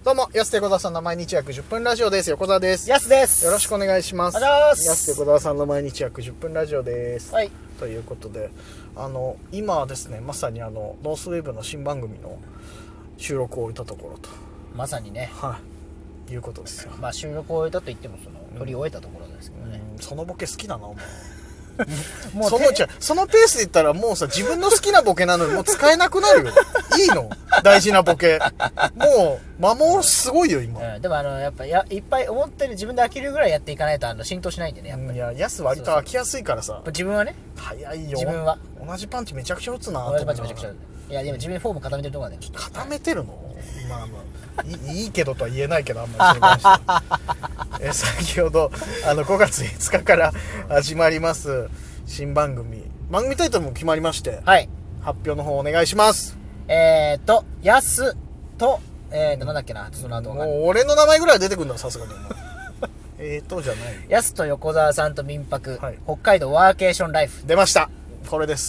どうも、安手小沢さんの毎日約10分ラジオです。横澤です。 安です。 よろしくお願いします。安手小沢さんの毎日約10分ラジオです。 はい。 ということで、今はですね、まさにノースウェーブの新番組の収録を終えたところと。 まさにね。 はい。いうことですよ。 まあ収録を終えたと言っても、撮り終えたところですけどね。 そのボケ好きだな、お前。 もうそのペースで言ったらもうさ、自分の好きなボケなのにもう使えなくなるよ。いいの大事なボケ。もう、摩耗すごいよ、今。 でもやっぱいっぱい思ってる自分で飽きるぐらいやっていかないと浸透しないんでね、やっぱり。 いや、ヤス割と飽きやすいからさ。 自分はね。 早いよ。 自分は。 同じパンチめちゃくちゃ打つな。 同じパンチめちゃくちゃ打つ。いや、でも自分でフォーム固めてるところなんで。 固めてるのまあまあ。いいけどとは言えないけど、あんまりそれに関して。先ほど、5月5日から始まります。新番組タイトルも決まりまして、 はい、 発表の方お願いします。 やすとなんだっけな、その後もう俺の名前ぐらいは出てくるんだ、さすがに。じゃない。 やすと横澤さんと民泊、 はい、 北海道ワーケーションライフ出ました。これです。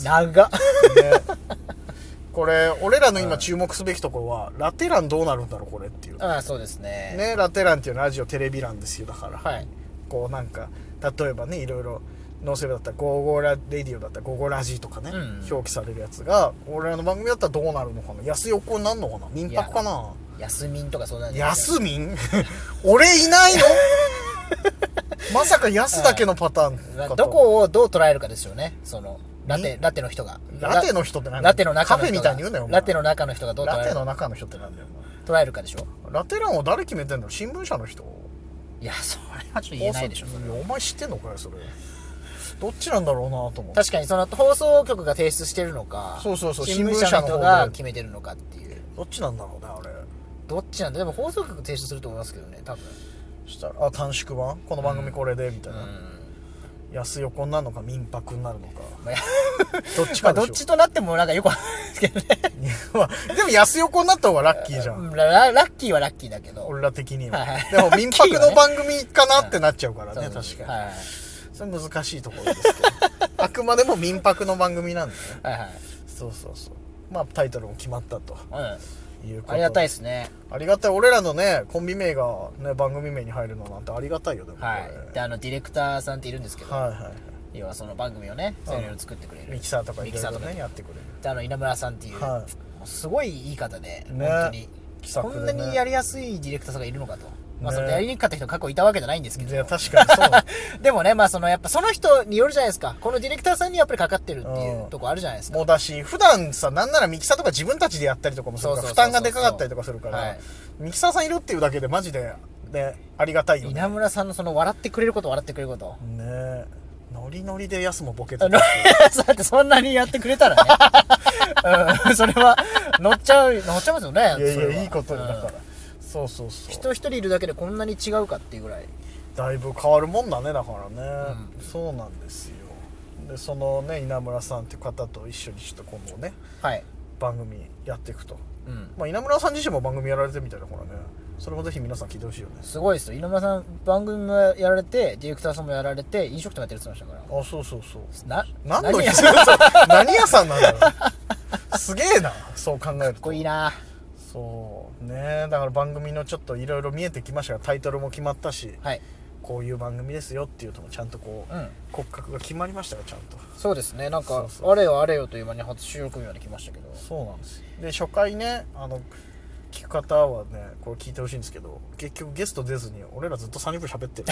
長っ、ね、 これ俺らの今注目すべきところは、ラテ欄どうなるんだろうこれっていう。 ああ、そうですね。 ね、ラテ欄っていうのはラジオテレビ欄ですよ。だから、 はい、 こうなんか例えばね、いろいろノースウェーブだったらゴーゴーラレディオだったらゴーゴーラジとかね、表記されるやつが俺らの番組だったらどうなるのかな。安横になるのかな、民泊かな、 安民とかそうなんじゃない。安民俺いないのまさか安だけのパターンかと。 どこをどう捉えるかですよね。そのラテの人が。 ラテの人って何？ ラテの中の人が。 カフェみたいに言うなよ。 ラテの中の人がどう捉える。 ラテの中の人ってなんだよ。 捉えるかでしょ。 ラテ欄を誰決めてんの？新聞社の人？ いや、それはちょっと言えないでしょ。 お前知ってんのかよ、それ。どっちなんだろうなと思って。 確かにその放送局が提出してるのか、 そう新聞社の人が決めてるのかっていう。 どっちなんだろうね、あれ。 どっちなんだ。でも放送局提出すると思いますけどね、多分。 そしたら、短縮版この番組これで、みたいな。安横になるのか、民泊になるのか。どっちかでしょ。 どっちとなってもなんかよくわかんないですけどね。 でも安横になった方がラッキーじゃん。 ラッキーはラッキーだけど。 俺ら的には。でも民泊の番組かなってなっちゃうからね、確かに。それ難しいところですけど。あくまでも民泊の番組なんでね。そうそうそう。まあタイトルも決まったと。いうこと。 ありがたいですね。 ありがたい。俺らのね、コンビ名がね、番組名に入るのなんてありがたいよ。でもはい。で、ディレクターさんっているんですけど、要はその番組をね、いろいろ作ってくれる。 ミキサーとかいろいろね、やってくれる。 で、稲村さんっていう、すごいいい方で、本当に。こんなにやりやすいディレクターさんがいるのかと。まあそのやりにくかった人過去いたわけじゃないんですけど。 いや、確かにそう。 でもね、まあやっぱその人によるじゃないですか。このディレクターさんにやっぱりかかってるっていうとこあるじゃないですか。 もうだし、普段さ、なんならミキサーとか自分たちでやったりとかもするから、負担がでかかったりとかするから、ミキサーさんいるっていうだけでマジで、ね、ありがたいよね。 稲村さんのその笑ってくれること。ねえ。ノリノリでヤスもボケてた。 だってそんなにやってくれたらね。それは乗っちゃいますよね。 いや、いいことよ、だから。そうそうそう。 人一人いるだけでこんなに違うかっていうぐらい。 だいぶ変わるもんだね、だからね。そうなんですよ。で、そのね、稲村さんっていう方と一緒にちょっと今度ね、番組やっていくと。まあ稲村さん自身も番組やられてるみたいだからね。それもぜひ皆さん聞いてほしいよね。 すごいですよ。稲村さん番組もやられて、ディレクターさんもやられて、飲食店もやってるって言ってましたから。 あ、そうそうそう。 何の屋さん何屋さんなんだろう。すげえな、そう考えると。かっこいいな。 そうね。だから番組のちょっといろいろ見えてきましたが、タイトルも決まったし、こういう番組ですよっていうのもちゃんとこう、骨格が決まりましたよ、ちゃんと。 そうですね。なんかあれよあれよという間に初収録日まで来ましたけど。 そうなんですよ。で、初回ね、聞く方はね、これ聞いてほしいんですけど、結局ゲスト出ずに俺らずっと30分喋ってるっていう。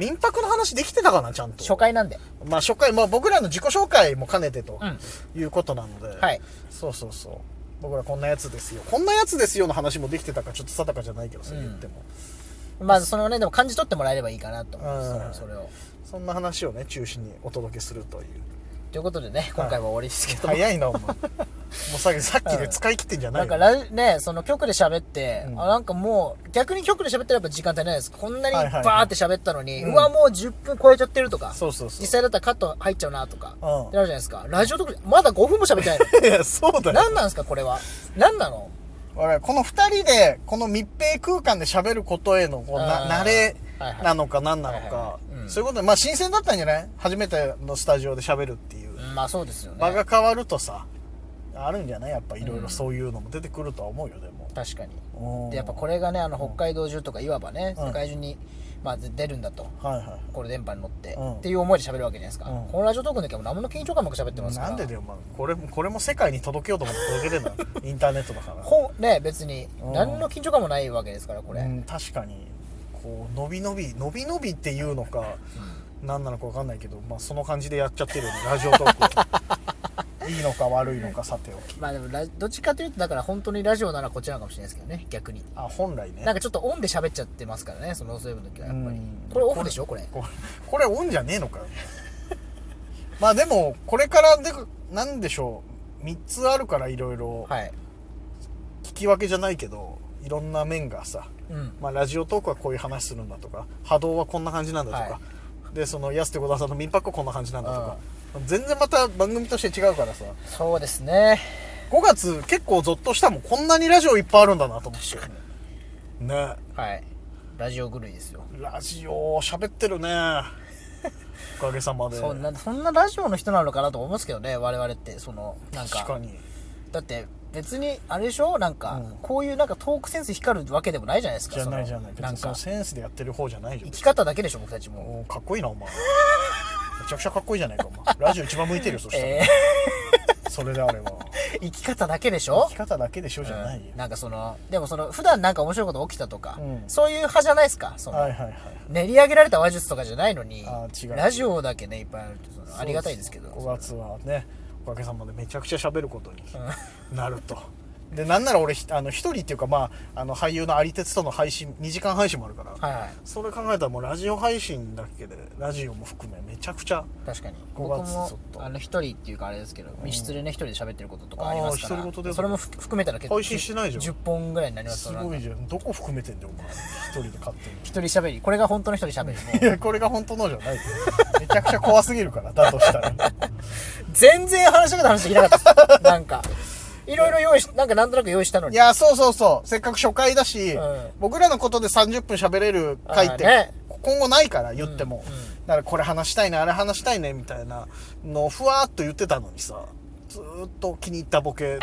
民泊の話できてたかな、ちゃんと。 初回なんで。 まあ初回、まあ僕らの自己紹介も兼ねてということなので、そうそうそう。僕らこんなやつですよ。こんなやつですよの話もできてたかちょっと定かじゃないけど、そう言っても。 まあそのね、でも感じ取ってもらえればいいかなと思うんです。それを。 そんな話をね、中心にお届けするという。 ということでね、今回は終わりですけど。 早いな、お前。もうさっきで使い切ってんじゃないの？なんかね、その局で喋って、なんかもう、逆に局で喋ったらやっぱ時間足りないです。こんなにバーって喋ったのに、うわ、もう10分超えちゃってるとか、実際だったらカット入っちゃうなとか、ってなるじゃないですか。ラジオとかまだ5分も喋ってないの。 いや、そうだよ。 何なんですか、これは。何なの？ この2人で、この密閉空間で喋ることへの、慣れなのか何なのか、そういうことで、まあ新鮮だったんじゃない？初めてのスタジオで喋るっていう。 まあそうですよね。 場が変わるとさ、あるんじゃない？やっぱいろいろそういうのも出てくるとは思うよ、でも。 確かに。でやっぱこれがね北海道中とかいわばね、世界中に、まあ、出るんだと、これ電波に乗って、っていう思いで喋るわけじゃないですか、このラジオトークの時は何の緊張感も喋ってますから。 なんでだよ、これも世界に届けようと思って届けてんだインターネットだからね、別に何の緊張感もないわけですからこれ、 確かにこう伸び伸びっていうのか、何なのか分かんないけど、まあ、その感じでやっちゃってるよねラジオトークいいのか悪いのかさておき。 まあでもどっちかというとだから本当にラジオならこっちなのかもしれないですけどね、逆に。 本来ね、 なんかちょっとオンで喋っちゃってますからね、そのそういう時はやっぱり。これオフでしょこれオンじゃねえのかよまあでもこれからなんでしょう、3つあるからいろいろ聞き分けじゃないけどいろんな面がさ、まあ、ラジオトークはこういう話するんだとか、波動はこんな感じなんだとか、でその安手小田さんの民泊はこんな感じなんだとか、全然また番組として違うからさ。 そうですね。 5月結構ゾッとしたもん、こんなにラジオいっぱいあるんだなと思ってね。 ラジオ狂いですよ。 ラジオ喋ってるねおかげさまで。 そんなラジオの人なのかなと思いますけどね、我々って。なんか確かに。 だって別にあれでしょ、なんか、こういうなんかトークセンス光るわけでもないじゃないですか。 じゃない別にそのセンスでやってる方じゃないじゃん。 生き方だけでしょ僕たちも。 かっこいいなお前めちゃくちゃかっこいいじゃないかお前ラジオ一番向いてるよそしたら、それであれば生き方だけでしょ。 生き方だけでしょじゃないよ、 なんかでも普段なんか面白いこと起きたとか、そういう派じゃないですか。練り上げられた話術とかじゃないのに、ラジオだけねいっぱいあるとありがたいですけど、 5月はねおかげさまでめちゃくちゃ喋ることになるとで、なんなら俺一人っていうか、まあ、俳優の有鉄との配信2時間配信もあるから、それ考えたらもうラジオ配信だけでラジオも含めめちゃくちゃ。 確かに僕も一人っていうかあれですけど、密室でね一人で喋ってることとかありますから、それも含めたら結構配信してないじゃん。 10本ぐらいになりますから。すごいじゃん。どこ含めてんだよお前一人で勝手に一人喋り。これが本当の一人喋り。 いやこれが本当のじゃないめちゃくちゃ怖すぎるからだとしたら全然話し方話できなかったですなんかいろいろ用意なんとなく用意したのに。 いやそうせっかく初回だし、僕らのことで30分喋れる回って今後ないから言っても、だからこれ話したいねあれ話したいねみたいなのをふわーっと言ってたのにさ、ずーっと気に入ったボケ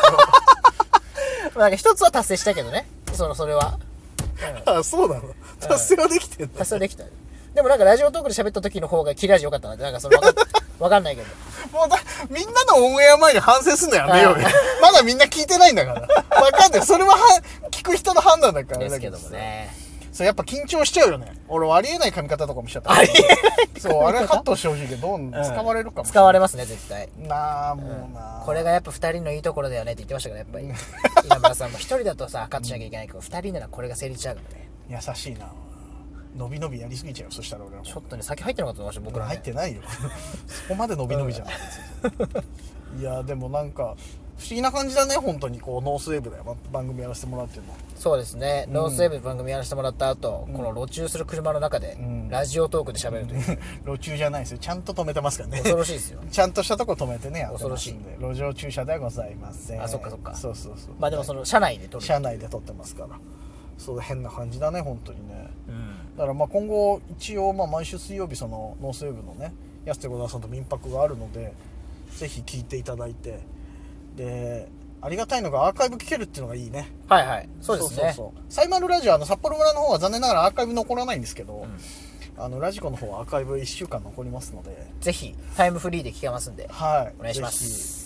なんか一つは達成したけどね、それは、 そうなの、達成はできてんの。 達成できた。でもなんかラジオトークで喋った時の方が切れ味良かったなって、なんかわかんないけど。 もうみんなのオンエア前に反省すんのやめようよ。まだみんな聞いてないんだから。わかんない。それは聞く人の判断だから。 ですけどもね。 そう、やっぱ緊張しちゃうよね。俺ありえない髪型とかもしちゃった。 ありえないそう、あれカットしてほしいけど、使われるかもしれない。 使われますね、絶対。 もうなこれがやっぱ二人のいいところだよねって言ってましたから、やっぱり。稲村さんも一人だとさ、カットしなきゃいけないけど、二人ならこれが成立しちゃうからね。 優しいな。伸び伸びやりすぎちゃうよ、そしたら俺は。 ちょっとね、先入ってなかったのか僕ら、 入ってないよ。そこまで伸び伸びじゃないいや、でもなんか、不思議な感じだね、本当に。こう、ノースウェーブで番組やらせてもらってるの。 そうですね。ノースウェーブで番組やらせてもらった後、この路中する車の中で、ラジオトークで喋るという。 路中じゃないですよ。ちゃんと止めてますからね。 恐ろしいですよ。 ちゃんとしたとこ止めてね、やって恐ろしいんで。路上駐車ではございません。 あ、そっかそっか。 そう。 まあでも車内で撮る。 車内で撮ってますから。そう、変な感じだね、本当にね。だからまあ今後一応毎週水曜日そのノースウェーブのね安手小田さんと民泊があるのでぜひ聞いていただいて、でありがたいのがアーカイブ聞けるっていうのがいいね。 そうですね。 サイマルラジオ札幌村の方は残念ながらアーカイブ残らないんですけど、ラジコの方はアーカイブ1週間残りますのでぜひタイムフリーで聞けますんで、お願いします。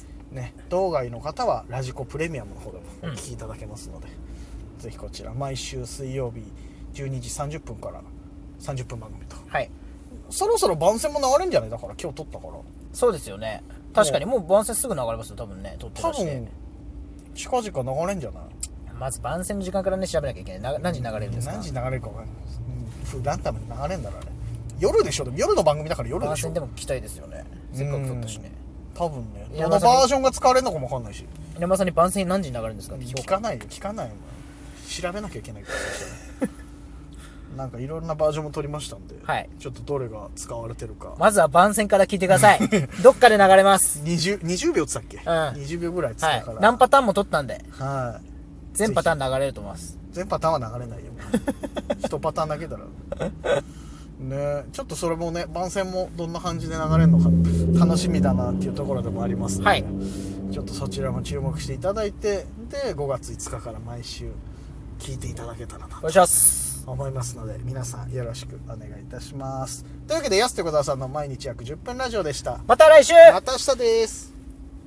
ね、道外の方はラジコプレミアムの方でもお聞きいただけますので、ぜひこちら毎週水曜日12時30分から30分番組と。そろそろ番宣も流れるんじゃない？だから今日撮ったから。 そうですよね。確かにもう番宣すぐ流れますよ多分ね。撮ってまして。多分近々流れんじゃない？ まず番宣の時間からね調べなきゃいけない。何時流れるんですか？ 何時流れるか分かんない。ランダムに流れんだろあれ。夜でしょ。でも夜の番組だから夜でしょ。 番宣でも聞きたいですよね。せっかく撮ったしね。 多分ね。どのバージョンが使われるのかも分かんないし。 稲村さんに番宣何時に流れるんですか？ 聞かないよ。調べなきゃいけないからなんかいろんなバージョンも撮りましたんで、ちょっとどれが使われてるかまずは番宣から聞いてくださいどっかで流れます。 20秒って言ったっけ、20秒ぐらいって言ったから、 何パターンも撮ったんで、全パターン流れると思います。 全パターンは流れないよ1パターンだけだろね。ちょっとそれもね番宣もどんな感じで流れるのか楽しみだなっていうところでもありますので、ちょっとそちらも注目していただいて、 て5月5日から毎週聞いていただけたらなとお願いします思いますので、皆さんよろしくお願いいたします。というわけで、安手小沢さんの毎日約10分ラジオでした。 また来週。 また明日です。